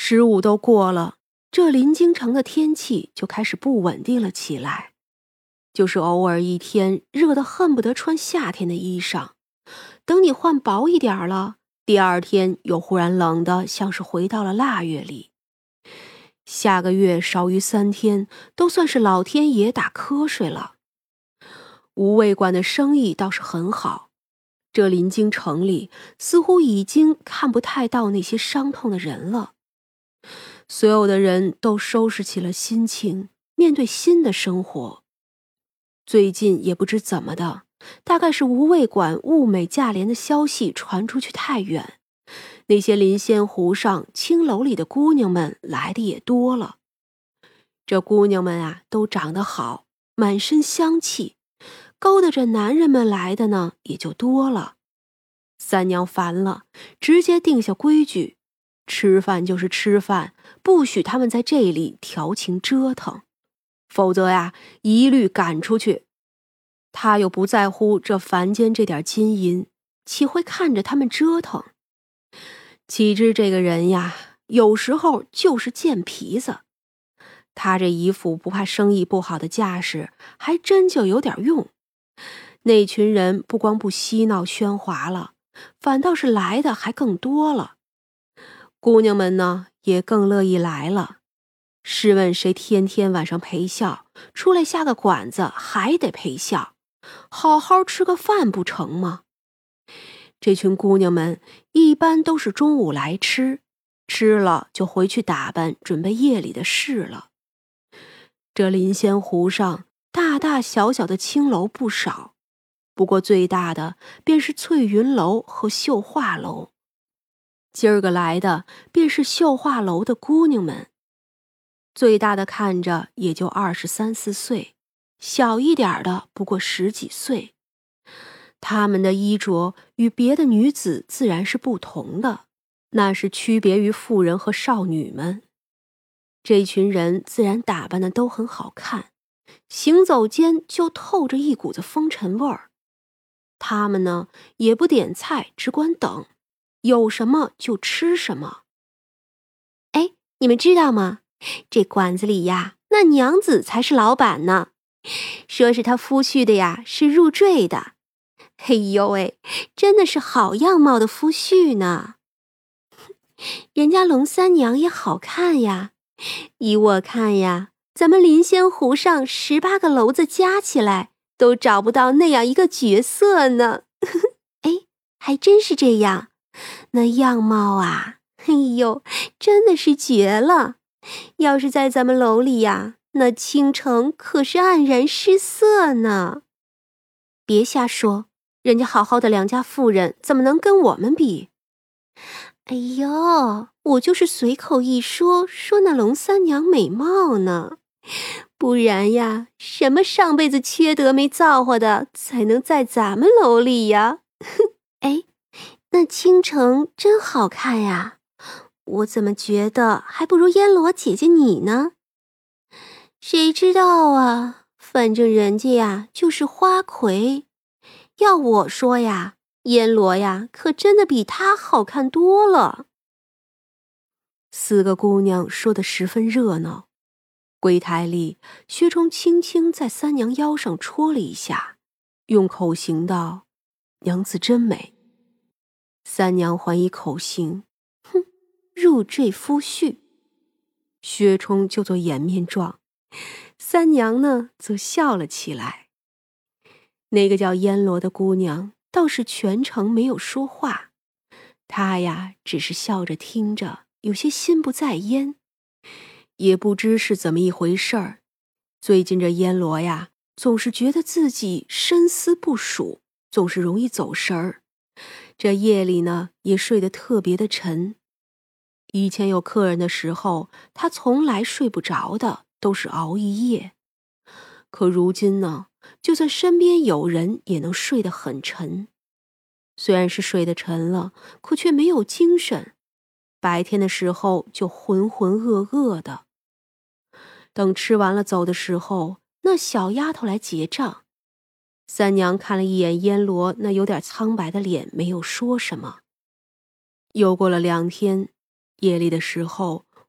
15都过了，这临京城的天气就开始不稳定了起来，就是偶尔一天热得恨不得穿夏天的衣裳，等你换薄一点了，第二天又忽然冷得像是回到了腊月里。下个月少于3天，都算是老天爷打瞌睡了。无味馆的生意倒是很好，这临京城里似乎已经看不太到那些伤痛的人了。所有的人都收拾起了心情，面对新的生活。最近也不知怎么的，大概是无味馆物美价廉的消息传出去太远，那些临仙湖上青楼里的姑娘们来的也多了。这姑娘们啊，都长得好，满身香气，勾搭着男人们来的呢也就多了。三娘烦了，直接定下规矩，吃饭就是吃饭，不许他们在这里调情折腾，否则呀，一律赶出去。他又不在乎这凡间这点金银，岂会看着他们折腾？岂知这个人呀，有时候就是贱皮子。他这一副不怕生意不好的架势，还真就有点用。那群人不光不嬉闹喧哗了，反倒是来的还更多了。姑娘们呢，也更乐意来了。试问谁天天晚上陪笑，出来下个馆子还得陪笑，好好吃个饭不成吗？这群姑娘们一般都是中午来吃，吃了就回去打扮，准备夜里的事了。这临仙湖上大大小小的青楼不少，不过最大的便是翠云楼和绣画楼。今儿个来的便是绣画楼的姑娘们，最大的看着也就23、24岁，小一点的不过10几岁。她们的衣着与别的女子自然是不同的，那是区别于妇人和少女们。这群人自然打扮的都很好看，行走间就透着一股子风尘味儿。他们呢，也不点菜，只管等，有什么就吃什么。哎，你们知道吗？这馆子里呀，那娘子才是老板呢。说是她夫婿的呀，是入赘的。哎呦喂，真的是好样貌的夫婿呢。人家龙三娘也好看呀。依我看呀，咱们临仙湖上18个楼子加起来，都找不到那样一个角色呢。哎，还真是这样。那样貌啊，哎呦，真的是绝了。要是在咱们楼里呀，那倾城可是黯然失色呢。别瞎说，人家好好的良家妇人，怎么能跟我们比？哎呦，我就是随口一说，说那龙三娘美貌呢。不然呀，什么上辈子缺德没造化的，才能在咱们楼里呀？哎，那倾城真好看呀，我怎么觉得还不如烟罗姐姐你呢？谁知道啊，反正人家呀就是花魁。要我说呀，烟罗呀可真的比她好看多了。4个姑娘说得十分热闹。柜台里，薛冲轻轻在三娘腰上戳了一下，用口型道：“娘子真美。”三娘还以口型：“哼，入赘夫婿。”薛冲就做掩面状，三娘呢则笑了起来。那个叫烟罗的姑娘倒是全程没有说话，她呀只是笑着听着，有些心不在焉，也不知是怎么一回事儿。最近这烟罗呀，总是觉得自己深思不属，总是容易走神儿。这夜里呢，也睡得特别的沉。以前有客人的时候，他从来睡不着的，都是熬一夜。可如今呢，就算身边有人，也能睡得很沉。虽然是睡得沉了，可却没有精神。白天的时候就浑浑噩噩的。等吃完了走的时候，那小丫头来结账。三娘看了一眼烟罗那有点苍白的脸，没有说什么。又过了2天，夜里的时候，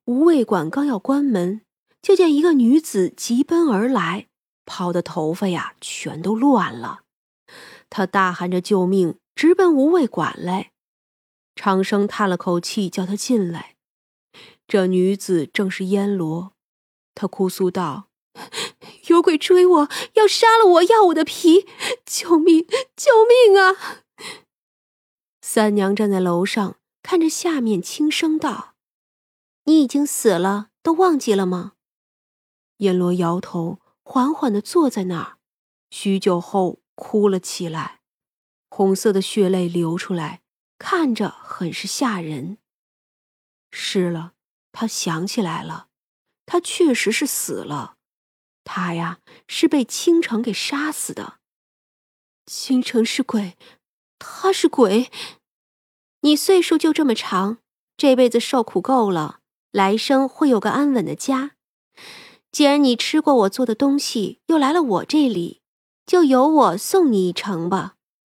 无味馆刚要关门，就见一个女子急奔而来，跑的头发呀全都乱了。她大喊着救命，直奔无味馆来。长生叹了口气，叫她进来。这女子正是燕罗，她哭诉道：有鬼追我，要杀了我，要我的皮！救命！救命啊！三娘站在楼上，看着下面，轻声道：你已经死了，都忘记了吗？燕罗摇头，缓缓地坐在那儿，许久后哭了起来，红色的血泪流出来，看着很是吓人。是了，他想起来了，他确实是死了。他呀，是被倾城给杀死的。倾城是鬼，他是鬼。你岁数就这么长，这辈子受苦够了，来生会有个安稳的家。既然你吃过我做的东西，又来了我这里，就由我送你一程吧。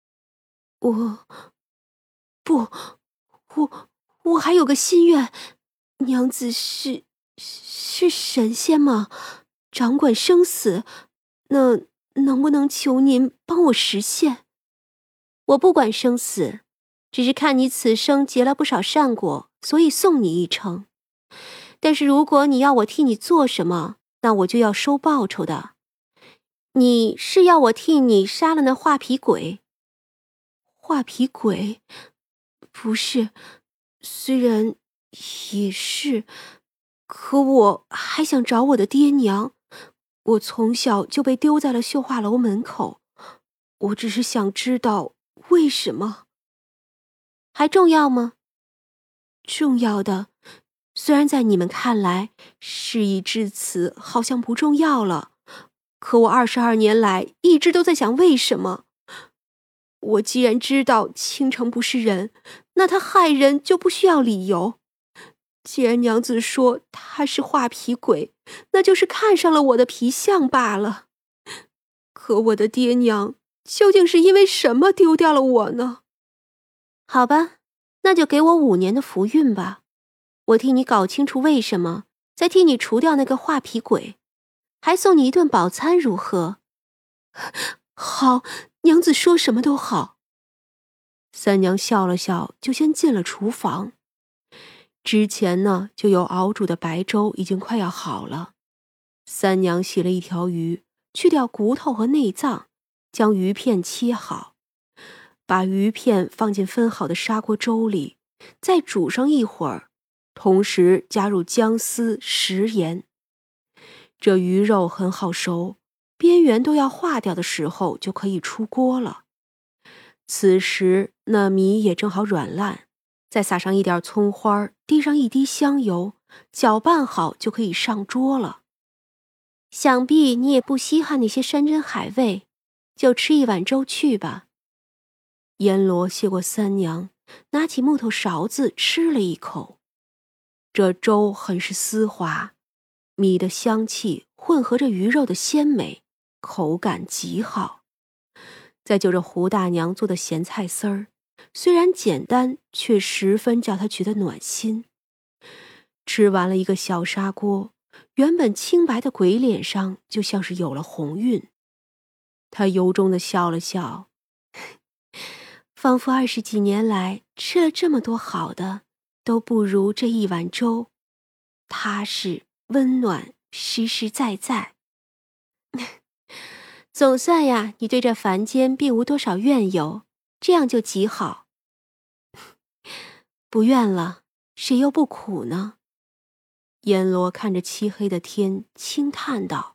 我还有个心愿。娘子是神仙吗？掌管生死，那能不能求您帮我实现？我不管生死，只是看你此生结了不少善果，所以送你一程。但是如果你要我替你做什么，那我就要收报酬的。你是要我替你杀了那画皮鬼？画皮鬼？不是，虽然也是，可我还想找我的爹娘。我从小就被丢在了绣画楼门口，我只是想知道为什么。还重要吗？重要的，虽然在你们看来事已至此好像不重要了，可我22年来一直都在想为什么。我既然知道倾城不是人，那他害人就不需要理由。既然娘子说他是画皮鬼，那就是看上了我的皮相罢了。可我的爹娘究竟是因为什么丢掉了我呢？好吧，那就给我5年的福运吧。我替你搞清楚为什么，再替你除掉那个画皮鬼，还送你一顿饱餐，如何？好，娘子说什么都好。三娘笑了笑，就先进了厨房。之前呢，就有熬煮的白粥已经快要好了。三娘洗了一条鱼，去掉骨头和内脏，将鱼片切好，把鱼片放进分好的砂锅粥里，再煮上一会儿，同时加入姜丝、食盐。这鱼肉很好熟，边缘都要化掉的时候就可以出锅了。此时那米也正好软烂，再撒上一点葱花，滴上一滴香油，搅拌好就可以上桌了。想必你也不稀罕那些山珍海味，就吃一碗粥去吧。阎罗谢过三娘，拿起木头勺子吃了一口。这粥很是丝滑，米的香气混合着鱼肉的鲜美，口感极好。再就这胡大娘做的咸菜丝儿，虽然简单，却十分叫她觉得暖心。吃完了一个小砂锅，原本清白的鬼脸上就像是有了红晕。她由衷地笑了笑，仿佛20几年来吃了这么多好的，都不如这一碗粥，踏实、温暖、实实在在。总算呀，你对这凡间并无多少怨尤，这样就极好。不怨了，谁又不苦呢？阎罗看着漆黑的天，轻叹道。